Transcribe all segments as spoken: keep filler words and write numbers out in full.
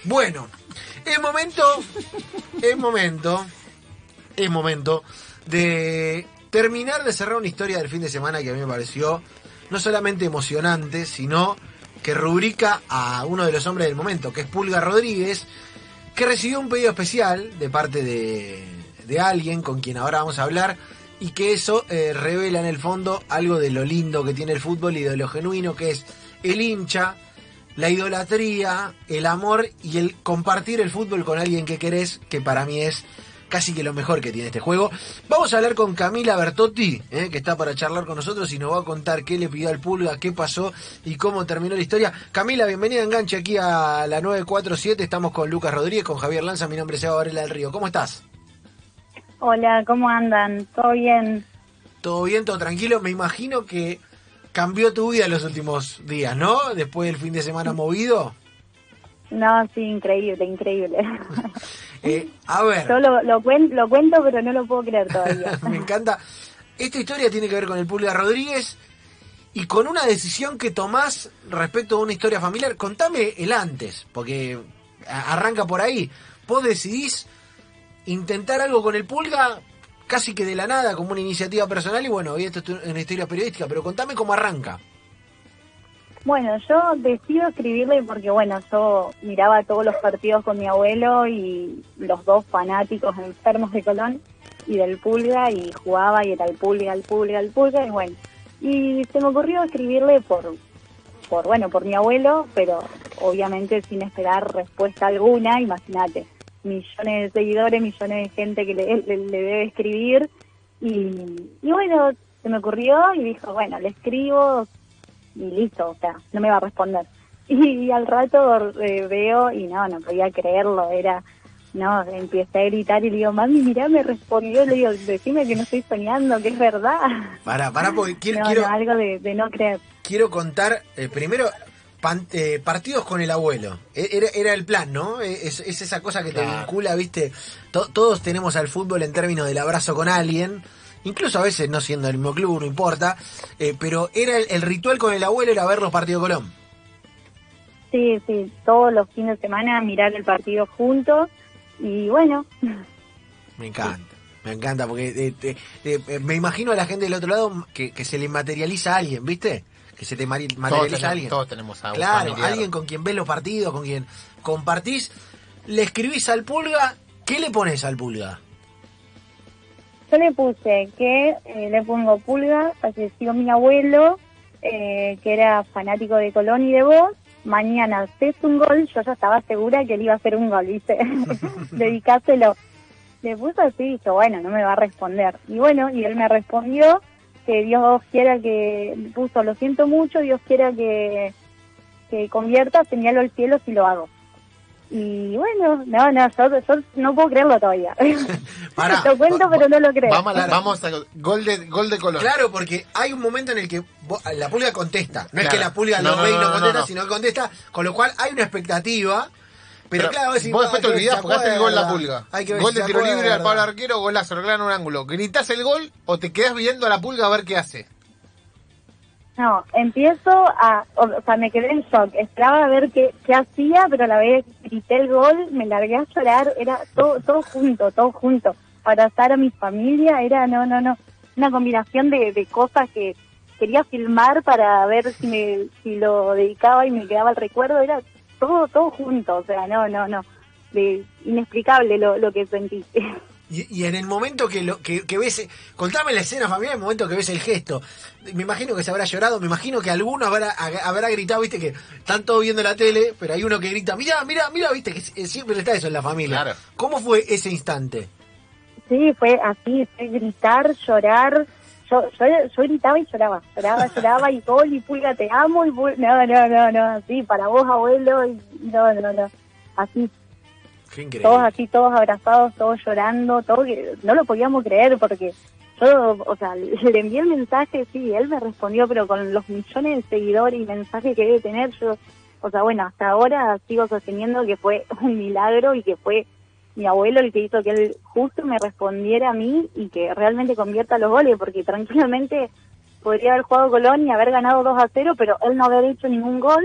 Bueno, es momento, es momento, es momento de terminar de cerrar una historia del fin de semana que a mí me pareció no solamente emocionante, sino que rubrica a uno de los hombres del momento, que es Pulga Rodríguez, que recibió un pedido especial de parte de, de alguien con quien ahora vamos a hablar, y que eso eh, revela en el fondo algo de lo lindo que tiene el fútbol y de lo genuino que es el hincha, la idolatría, el amor y el compartir el fútbol con alguien que querés, que para mí es casi que lo mejor que tiene este juego. Vamos a hablar con Camila Bertotti, eh, que está para charlar con nosotros y nos va a contar qué le pidió al Pulga, qué pasó y cómo terminó la historia. Camila, bienvenida a Enganche aquí a la nueve cuatro siete. Estamos con Lucas Rodríguez, con Javier Lanza. Mi nombre es Eva Varela del Río. ¿Cómo estás? Hola, ¿cómo andan? ¿Todo bien? Todo bien, todo tranquilo. Me imagino que cambió tu vida en los últimos días, ¿no? Después del fin de semana movido. No, sí, increíble, increíble. Eh, a ver. Yo lo, lo, cuen, lo cuento, pero no lo puedo creer todavía. Me encanta. Esta historia tiene que ver con el Pulga Rodríguez y con una decisión que tomás respecto a una historia familiar. Contame el antes, porque arranca por ahí. Vos decidís intentar algo con el Pulga casi que de la nada, como una iniciativa personal, y bueno, hoy esto es una historia periodística, pero contame cómo arranca. Bueno, yo decido escribirle porque, bueno, yo miraba todos los partidos con mi abuelo y los dos fanáticos enfermos de Colón y del Pulga, y jugaba y era el Pulga, el Pulga, el Pulga, y bueno. Y se me ocurrió escribirle por, por bueno, por mi abuelo, pero obviamente sin esperar respuesta alguna, imagínate. Millones de seguidores, millones de gente que le, le, le debe escribir, y, y bueno, se me ocurrió y dijo, bueno, le escribo y listo, o sea, no me va a responder. Y, y al rato eh, veo y no, no podía creerlo, era, no, empecé a gritar y le digo, mami, mirá, me respondió, le digo, decime que no estoy soñando, que es verdad. Pará, pará, porque quiero, no, quiero, no, algo de, de no creer. Quiero contar, eh, primero, pan, eh, partidos con el abuelo. Era, era el plan, ¿no? Es, es esa cosa que claro. te vincula, ¿viste? To- todos tenemos al fútbol en términos del abrazo con alguien. Incluso a veces no siendo el mismo club, no importa, eh, pero era el, el ritual con el abuelo era ver los partidos de Colón. Sí, sí, todos los fines de semana mirar el partido juntos y bueno. Me encanta, sí. me encanta porque eh, eh, eh, me imagino a la gente del otro lado que, que se le materializa a alguien, ¿viste? Que se te materializa todos tenemos, a alguien. Todos tenemos a un Claro, familiar. Alguien con quien ves los partidos, con quien compartís. Le escribís al Pulga, ¿qué le pones al Pulga? Yo le puse que eh, le pongo Pulga, falleció mi abuelo, eh, que era fanático de Colón y de vos. Mañana haces un gol, yo ya estaba segura que él iba a hacer un gol, ¿viste? Dedicáselo. Le puse así y dije, bueno, no me va a responder. Y bueno, y él me respondió que Dios quiera que, puso, lo siento mucho, Dios quiera que, que convierta, señalo al cielo si lo hago. Y bueno, no, no, yo, yo no puedo creerlo todavía. Pará, lo cuento, pero no lo creo. Vamos a, la, vamos a gol de gol de Colón. Claro, porque hay un momento en el que vos, la Pulga contesta. No claro. es que la Pulga no, lo no, ve y no, no, no contesta, no, no. sino que contesta, con lo cual hay una expectativa. Pero, pero claro, vos, vos después te olvidás porque hace el gol la Pulga. Hay que ver gol si de tiro libre al palo verdad. arquero, golazo, lo clavan en un ángulo. Gritás el gol o te quedás viendo a la Pulga a ver qué hace. No, empiezo a, o sea, me quedé en shock, esperaba a ver qué, qué hacía, pero a la vez grité el gol, me largué a llorar, era todo, todo junto, todo junto, abrazar a mi familia, era, no, no, no, una combinación de, de cosas que quería filmar para ver si me, si lo dedicaba y me quedaba el recuerdo, era todo, todo junto, o sea, no, no, no, de, inexplicable lo, lo que sentí. Y, y en el momento que lo que, que ves, contame la escena familiar, en el momento que ves el gesto, me imagino que se habrá llorado, me imagino que alguno habrá, habrá gritado, viste que están todos viendo la tele, pero hay uno que grita, mira, mira, mira, viste que siempre está eso en la familia. Claro. ¿Cómo fue ese instante? Sí, fue así, fue gritar, llorar, yo, yo, yo gritaba y lloraba, lloraba, lloraba y gol y Pulga te amo y Pulga, no, no, no, no, así, para vos abuelo, y no, no, no, así. Qué increíble. Todos así, todos abrazados, todos llorando, todo que no lo podíamos creer porque yo, o sea, le envié el mensaje, sí, él me respondió, pero con los millones de seguidores y mensajes que debe tener, yo, o sea, bueno, hasta ahora sigo sosteniendo que fue un milagro y que fue mi abuelo el que hizo que él justo me respondiera a mí y que realmente convierta los goles, porque tranquilamente podría haber jugado Colón y haber ganado dos a cero, pero él no haber hecho ningún gol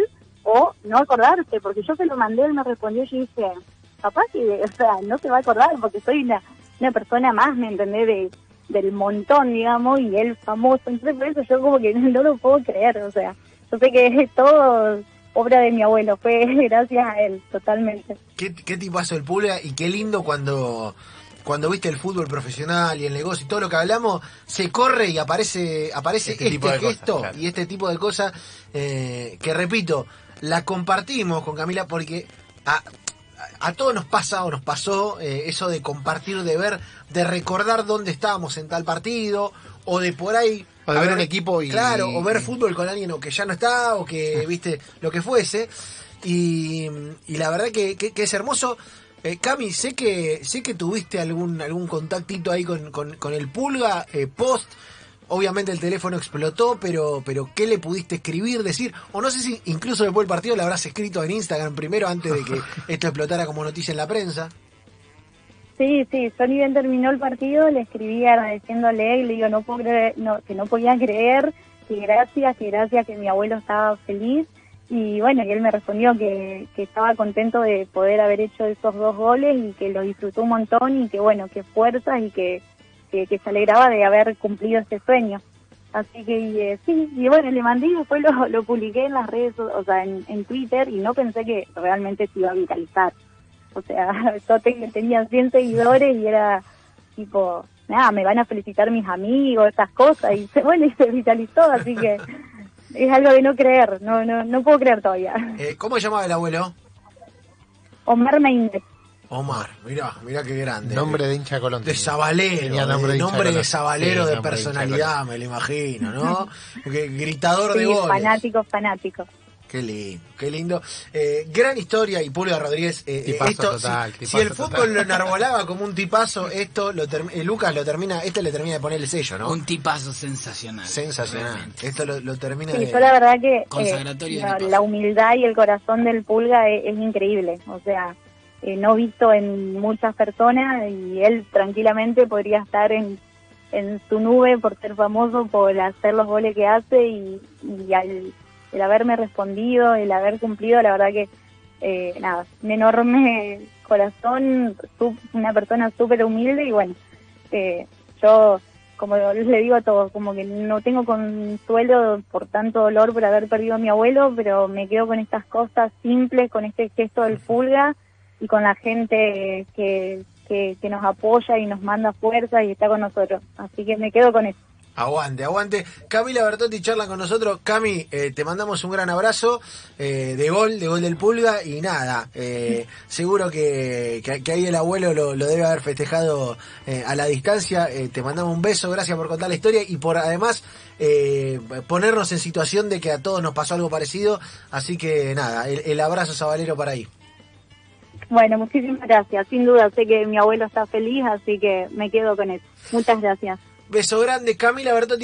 o no acordarse, porque yo se lo mandé, él me respondió y yo dije, capaz que, o sea, no se va a acordar porque soy una, una persona más, ¿me entendés? De, del montón, digamos, y él famoso, entonces por eso yo como que no, no lo puedo creer, o sea, yo sé que es todo obra de mi abuelo, fue gracias a él, totalmente. ¿Qué, qué tipazo el Pulga? Y qué lindo cuando... Cuando viste el fútbol profesional y el negocio y todo lo que hablamos, se corre y aparece aparece este, Este tipo de gesto cosas, claro. y este tipo de cosas eh, que, repito, la compartimos con Camila porque a, a, a todos nos pasa o nos pasó eh, eso de compartir, de ver, de recordar dónde estábamos en tal partido o de por ahí... O de ver un equipo y... Claro, o ver y... fútbol con alguien o que ya no está o que, viste, lo que fuese. Y, y la verdad que, que, que es hermoso. Eh, Cami, sé que sé que tuviste algún algún contactito ahí con, con, con el Pulga, eh, post, obviamente el teléfono explotó, pero pero ¿qué le pudiste escribir, decir? O no sé si incluso después del partido le habrás escrito en Instagram primero antes de que esto explotara como noticia en la prensa. Sí, sí, yo ni bien terminó el partido, le escribí agradeciéndole y le digo no puedo creer, no, que no podía creer, que gracias, que gracias, que mi abuelo estaba feliz. Y bueno, y él me respondió que, que estaba contento de poder haber hecho esos dos goles y que lo disfrutó un montón y que bueno, que fuerzas y que, que, que se alegraba de haber cumplido ese sueñño. Así que eh, sí, y bueno, le mandé y después lo, lo publiqué en las redes, o sea, en, en Twitter y no pensé que realmente se iba a viralizar. O sea, yo te, tenía cien seguidores y era tipo, nada, me van a felicitar mis amigos, esas cosas, y se, bueno, y se viralizó, así que... Es algo de no creer, no no no puedo creer todavía. Eh, ¿Cómo se llamaba el abuelo? Omar Meindez. Omar, mirá, mirá qué grande. Nombre de hincha de Colón. De sabalero, Tenía nombre de, nombre de Colón. sabalero, Sí, de nombre de hincha de personalidad, Colón. me lo imagino, ¿no? Porque gritador Sí, de goles. fanático, fanático. Qué lindo, qué lindo. Eh, gran historia y Pulga Rodríguez. Eh, Tipazo esto, total, si, tipazo si el fútbol total. lo enarbolaba como un tipazo, esto lo term- eh, Lucas lo termina, este le termina de poner el sello, ¿no? Un tipazo sensacional. Sensacional. Realmente. Esto lo, lo termina Sí, de... yo la verdad que eh, Consagratorio de la, tipazo. la humildad y el corazón del Pulga es, es increíble. O sea, eh, no visto en muchas personas y él tranquilamente podría estar en, en su nube por ser famoso, por hacer los goles que hace y, y al... el haberme respondido, el haber cumplido, la verdad que, eh, nada, un enorme corazón, su, una persona súper humilde y bueno, eh, yo, como le digo a todos, como que no tengo consuelo por tanto dolor por haber perdido a mi abuelo, pero me quedo con estas cosas simples, con este gesto del Pulga y con la gente que, que, que nos apoya y nos manda fuerza y está con nosotros, así que me quedo con eso. Aguante, aguante. Camila Bertotti charla con nosotros. Cami, eh, te mandamos un gran abrazo eh, de gol, de gol del Pulga y nada, eh, seguro que, que, que ahí el abuelo lo, lo debe haber festejado eh, a la distancia. Eh, te mandamos un beso, gracias por contar la historia y por además eh, ponernos en situación de que a todos nos pasó algo parecido. Así que nada, el, el abrazo sabalero para ahí. Bueno, muchísimas gracias. Sin duda, sé que mi abuelo está feliz, así que me quedo con eso. Muchas gracias. Beso grande, Camila Bertotti.